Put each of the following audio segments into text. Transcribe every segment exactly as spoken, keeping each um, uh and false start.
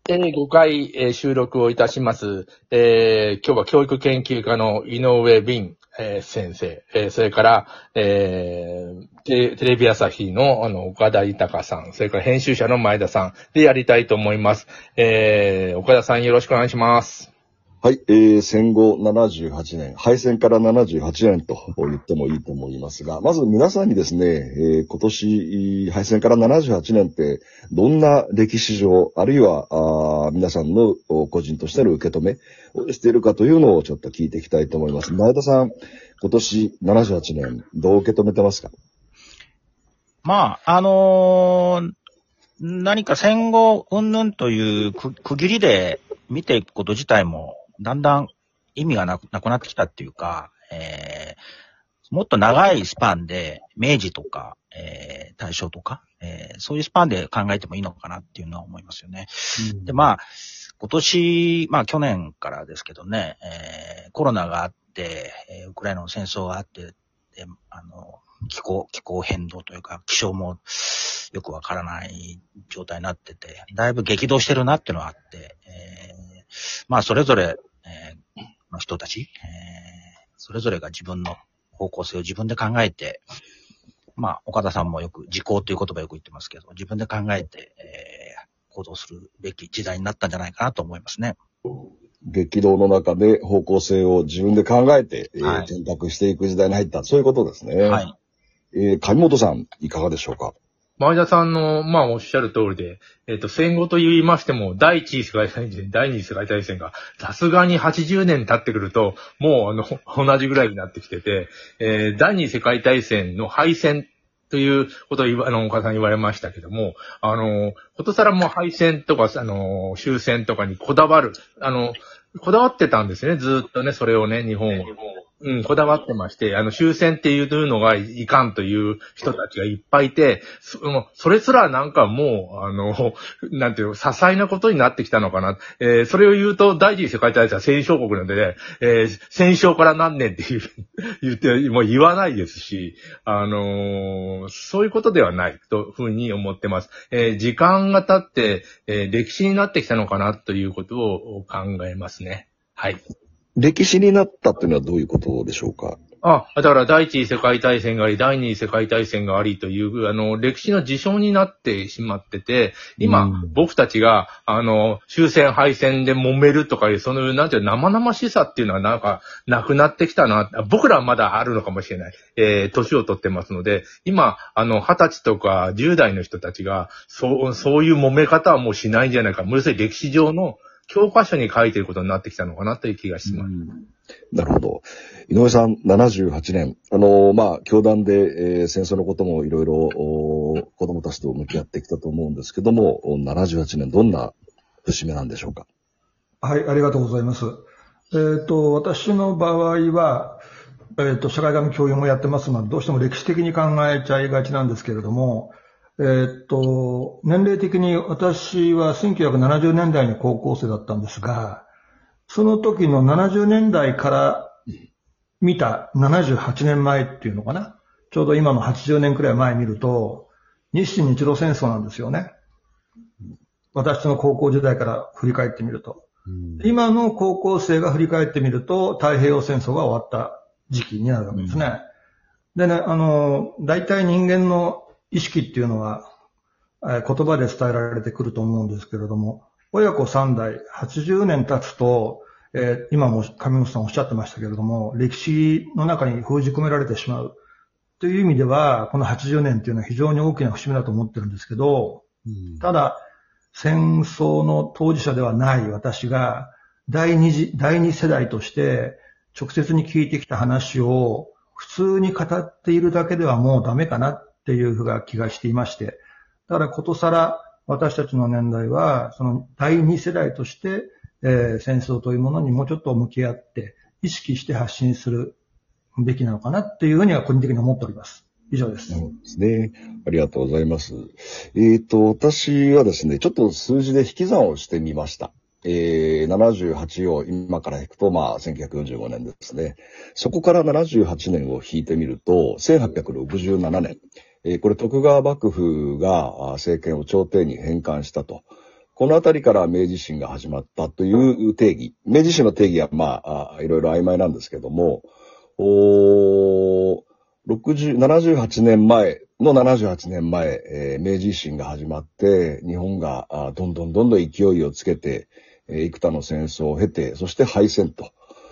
えー、ごかい、えー、収録をいたします。えー、今日は教育研究家の井上敏、えー、先生、えー、それから、えーテ、テレビ朝日の、あの岡田豊さん、それから編集者の前田さんでやりたいと思います。えー、岡田さんよろしくお願いします。 はい、えー、戦後ななじゅうはちねん、敗戦からななじゅうはちねんと言ってもいいと思いますが、まず皆さんにですね、えー、今年、敗戦からななじゅうはちねんって、どんな歴史上、あるいはあ皆さんの個人としての受け止めをしているかというのをちょっと聞いていきたいと思います。前田さん、今年ななじゅうはちねん、どう受け止めてますか？ まあ、あのー、何か戦後云々という区切りで見ていくこと自体も、だんだん意味がなく、なくなってきたっていうか、えー、もっと長いスパンで、明治とか、えー、大正とか、えー、そういうスパンで考えてもいいのかなっていうのは思いますよね。うん、で、まあ、今年、まあ去年からですけどね、えー、コロナがあって、えー、ウクライナの戦争があって、であの、気候、気候変動というか、気象もよくわからない状態になってて、だいぶ激動してるなっていうのがあって、えー、まあそれぞれ、えー、の人たち、えー、それぞれが自分の方向性を自分で考えて、まあ岡田さんもよく時効という言葉よく言ってますけど、自分で考えて、えー、行動するべき時代になったんじゃないかなと思いますね。 激動の中で方向性を自分で考えて、はい、えー、選択していく時代に入った、そういうことですね。はい。えー、上本さん、いかがでしょうか？ 前田さんの、まあ、おっしゃる通りで、えっと、戦後と言いましても、第一次世界大戦、第二次世界大戦が、さすがにはちじゅうねん経ってくると、もう、あの、同じぐらいになってきてて、えー、第二次世界大戦の敗戦ということを言わ、あの、岡田さん言われましたけども、あの、ことさらもう敗戦とか、あの、終戦とかにこだわる、あの、こだわってたんですね、ずっとね、それをね、日本は。うん、こだわってまして、あの、終戦っていうのがいかんという人たちがいっぱいいて、そ, それすらなんかもう、あの、なんていう、些細なことになってきたのかな。えー、それを言うと、第一次世界大戦は戦勝国なんでね、えー、戦勝から何年っていう言って、もう言わないですし、あのー、そういうことではないというふうに思ってます。えー、時間が経って、えー、歴史になってきたのかなということを考えますね。はい。 歴史になったっていうのはどういうことでしょうか？ あ、だから第一次世界大戦があり、第二次世界大戦がありという、あの、歴史の事象になってしまってて、今、僕たちが、あの、終戦敗戦で揉めるとかいう、その、なんていう生々しさっていうのはなんか、なくなってきたな。僕らはまだあるのかもしれない。えー、年を取ってますので、今、あの、二十歳とか十代の人たちが、そう、そういう揉め方はもうしないんじゃないか。むしろ歴史上の教科書に書いていることになってきたのかなという気がします。 なるほど。井上さん、ななじゅうはちねん。あのー、まあ、教団で、えー、戦争のこともいろいろ、子供たちと向き合ってきたと思うんですけども、ななじゅうはちねん、どんな節目なんでしょうか？ はい、ありがとうございます。えっと、私の場合は、えっと、社会学の教員もやってますので、どうしても歴史的に考えちゃいがちなんですけれども、えっと、年齢的に私はせんきゅうひゃくななじゅうねんだいに高校生だったんですが、その時のななじゅうねんだいから見たななじゅうはちねんまえっていうのかな。ちょうど今のはちじゅうねんくらい前見ると、日清日露戦争なんですよね。私の高校時代から振り返ってみると。今の高校生が振り返ってみると、太平洋戦争が終わった時期になるわけですね。でね、あの、大体人間の意識っていうのは、えー、言葉で伝えられてくると思うんですけれども、親子さんだい、はちじゅうねん経つと、えー、今も上本さんおっしゃってましたけれども、歴史の中に封じ込められてしまうという意味では、このはちじゅうねんというのは非常に大きな節目だと思ってるんですけど、うん、ただ、戦争の当事者ではない私が、第二次、第二世代として直接に聞いてきた話を普通に語っているだけではもうダメかなっていうふうな気がしていまして、だからことさら私たちの年代は、その第二世代として、えー、戦争というものにもうちょっと向き合って、意識して発信するべきなのかなっていうふうには個人的に思っております。以上です。 そうですね。ありがとうございます。えっと、私はですね、ちょっと数字で引き算をしてみました。えー、ななじゅうはちを今から引くと、まあ、せんきゅうひゃくよんじゅうごねんですね。そこからななじゅうはちねんを引いてみると、せんはっぴゃくろくじゅうななねん。えー、これ徳川幕府が政権を朝廷に返還したと。 このあたりから明治維新が始まったという定義。明治維新の定義は、まあ、あいろいろ曖昧なんですけども、おろくじゅう、ななじゅうはちねんまえのななじゅうはちねんまえ、えー、明治維新が始まって、日本があどんどんどんどん勢いをつけて、えー、幾多の戦争を経て、そして敗戦と。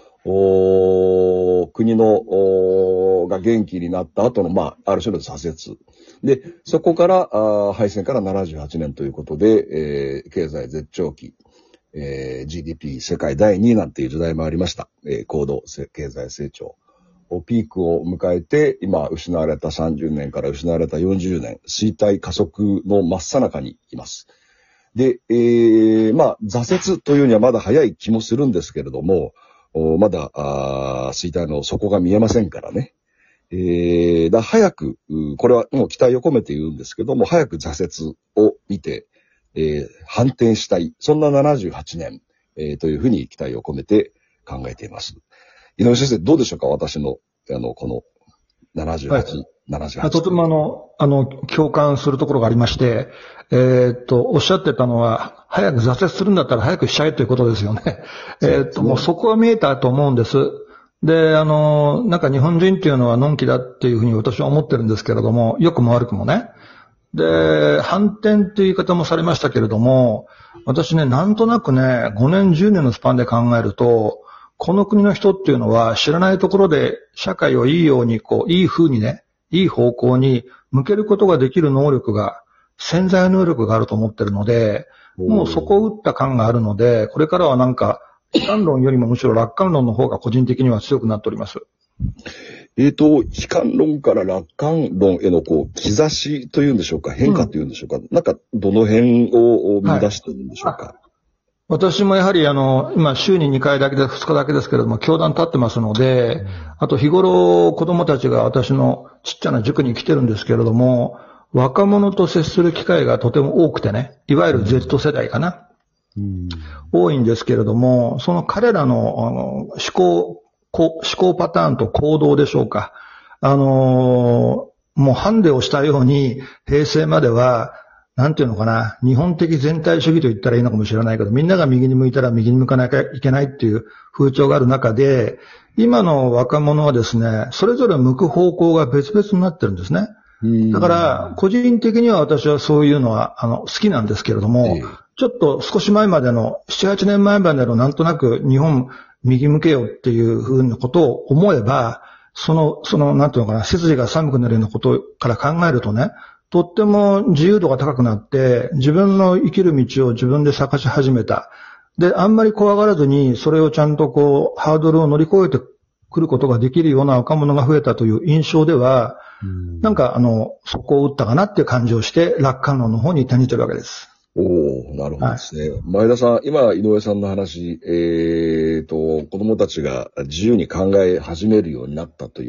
お国のおが元気になった後の、まあ、ある種の挫折。で、そこからあ敗戦からななじゅうはちねんということで、えー、経済絶頂期、えー、ジーディーピー 世界だいにいなんていう時代もありました。えー、高度経済成長。ピークを迎えて、今失われたさんじゅうねんから失われたよんじゅうねん、衰退加速の真っ最中にいます。で、えー、まあ、挫折というにはまだ早い気もするんですけれども、まだ、あ衰退の底が見えませんからね。えー、だ早く、これはもう期待を込めて言うんですけども、早く挫折を見て、えー、反転したい。そんなななじゅうはちねん、えー、というふうに期待を込めて考えています。井上先生、どうでしょうか？私の、あの、このななじゅうはち、はい、ななじゅうはち。 とてもあの、あの、共感するところがありまして、えー、っと、おっしゃってたのは、早く挫折するんだったら早くしちゃえということですよね。えー、っと、もうそこは見えたと思うんです。で、あの、なんか日本人っていうのはのんきだっていうふうに私は思ってるんですけれども、良くも悪くもね。で、反転っていう言い方もされましたけれども、私ね、なんとなくね、ごねん、じゅうねんのスパンで考えると、この国の人っていうのは知らないところで社会をいいように、こう、いい風にね、いい方向に向けることができる能力が、潜在能力があると思ってるので、もうそこを打った感があるので、これからはなんか、悲観論よりもむしろ楽観論の方が個人的には強くなっております。 えーと、悲観論から楽観論へのこう、兆しというんでしょうか、変化というんでしょうか、うん、なんか、どの辺を見出してるんでしょうか。はい、 私もやはりあの、今週ににかいだけでふつかだけですけれども、教壇立ってますので、うん、あと日頃子供たちが私のちっちゃな塾に来てるんですけれども、若者と接する機会がとても多くてね、いわゆる Z 世代かな。うん、多いんですけれども、その彼らの、あの思考、思考パターンと行動でしょうか。あのー、もうハンデをしたように、平成までは、なんていうのかな、日本的全体主義と言ったらいいのかもしれないけど、みんなが右に向いたら右に向かなきゃいけないっていう風潮がある中で、今の若者はですね、それぞれ向く方向が別々になってるんですね。だから、個人的には私はそういうのは、あの、好きなんですけれども、ちょっと少し前までの、なな、はちねんまえまでのなんとなく日本右向けよっていうふうなことを思えば、その、その、なんていうのかな、背筋が寒くなるようなことから考えるとね、とっても自由度が高くなって、自分の生きる道を自分で探し始めた。で、あんまり怖がらずに、それをちゃんとこう、ハードルを乗り越えてくることができるような若者が増えたという印象では、なんかあの、そこを打ったかなっていう感じをして、楽観論の方に転じてるわけです。 おお、なるほどですね。はい、前田さん、今、井上さんの話、えーと、子供たちが自由に考え始めるようになったという、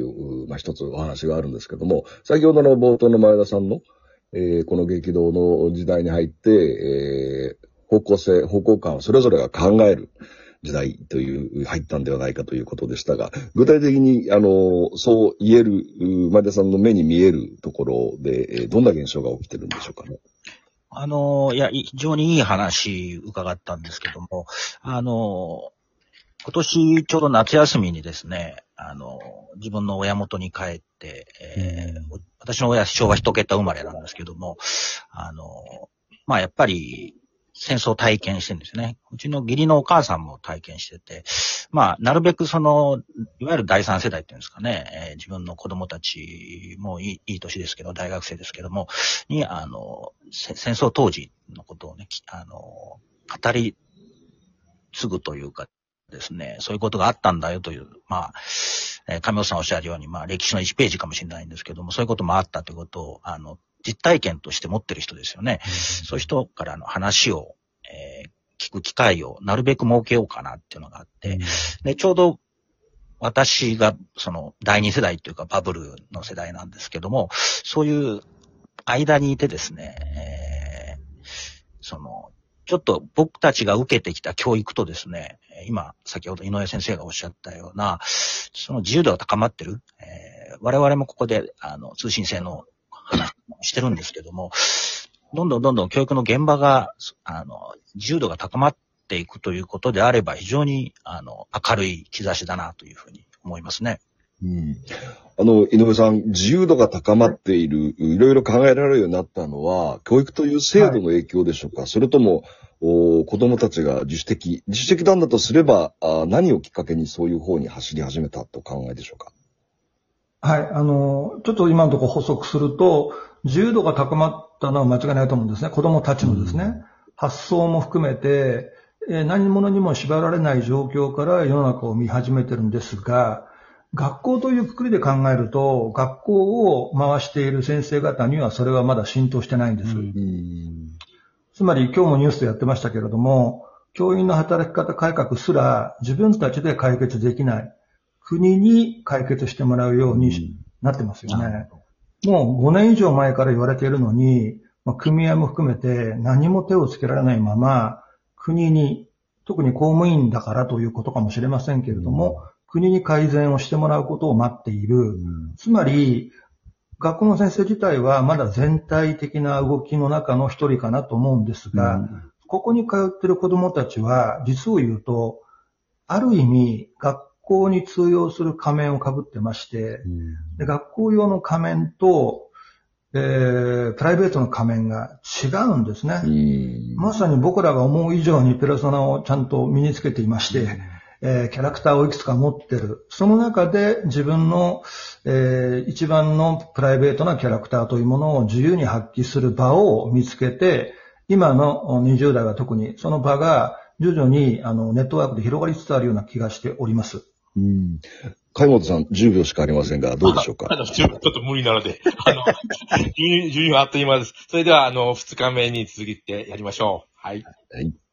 まあ、一つお話があるんですけども、先ほどの冒頭の前田さんの、えー、この激動の時代に入って、えー、方向性、方向感をそれぞれが考える時代という、入ったんではないかということでしたが、具体的に、あの、そう言える、前田さんの目に見えるところで、どんな現象が起きてるんでしょうかね。 あの、いや、非常にいい話伺ったんですけども、あの、今年ちょうど夏休みにですね、あの、自分の親元に帰って、えー、私の親昭和一桁生まれなんですけども、あの、まあ、やっぱり戦争を体験してるんですね。うちの義理のお母さんも体験してて、まあ、なるべくその、いわゆる第三世代っていうんですかね、えー、自分の子供たちもいい、いい年ですけど、大学生ですけども、に、あの、戦争当時のことをね、あの、語り継ぐというかですね、そういうことがあったんだよという、まあ、えー、上尾さんおっしゃるように、まあ、歴史のいちページかもしれないんですけども、そういうこともあったということを、あの、実体験として持ってる人ですよね。うん、そういう人からの話を、えー、聞く機会をなるべく設けようかなっていうのがあって、うん、で、ちょうど私がその第二世代というかバブルの世代なんですけども、そういう間にいてですね、えー、その、ちょっと僕たちが受けてきた教育とですね、今、先ほど井上先生がおっしゃったような、その自由度が高まってる、えー、我々もここで、あの、通信制の話をしてるんですけども、 どんどんどんどん教育の現場が、あの、自由度が高まっていくということであれば、非常に、あの、明るい兆しだなというふうに思いますね。 うん。あの、井上さん、自由度が高まっている、いろいろ考えられるようになったのは、教育という制度の影響でしょうか、はい、それとも、お子供たちが自主的、自主的なんだとすればあ、何をきっかけにそういう方に走り始めたと考えでしょうか。 はい、あの、ちょっと今のところ補足すると、自由度が高まったのは間違いないと思うんですね。子供たちのですね、うん、発想も含めて、えー、何者にも縛られない状況から世の中を見始めてるんですが、学校というくくりで考えると、学校を回している先生方にはそれはまだ浸透してないんです。うん、つまり今日もニュースでやってましたけれども、教員の働き方改革すら自分たちで解決できない。国に解決してもらうようになってますよね。うん、もうごねん以上前から言われているのに、まあ、組合も含めて何も手をつけられないまま、国に、特に公務員だからということかもしれませんけれども、うん、国に改善をしてもらうことを待っている。うん、つまり、学校の先生自体はまだ全体的な動きの中の一人かなと思うんですが、うん、ここに通っている子どもたちは、実を言うと、ある意味、学校に通用する仮面をかぶってまして、うん、で学校用の仮面と、えー、プライベートの仮面が違うんですね。うん、まさに僕らが思う以上にペルソナをちゃんと身につけていまして、うんえー、キャラクターをいくつか持ってる。その中で自分の、えー、一番のプライベートなキャラクターというものを自由に発揮する場を見つけて、今のにじゅう代は特にその場が徐々にあのネットワークで広がりつつあるような気がしております。 うん。貝本さん、じゅうびょうしかありませんが、どうでしょうか。 あの、ちょっと無理なので、あの、じゅうにふんあっという間です。それでは、あの、ふつかめに続いてやりましょう。はい。はい。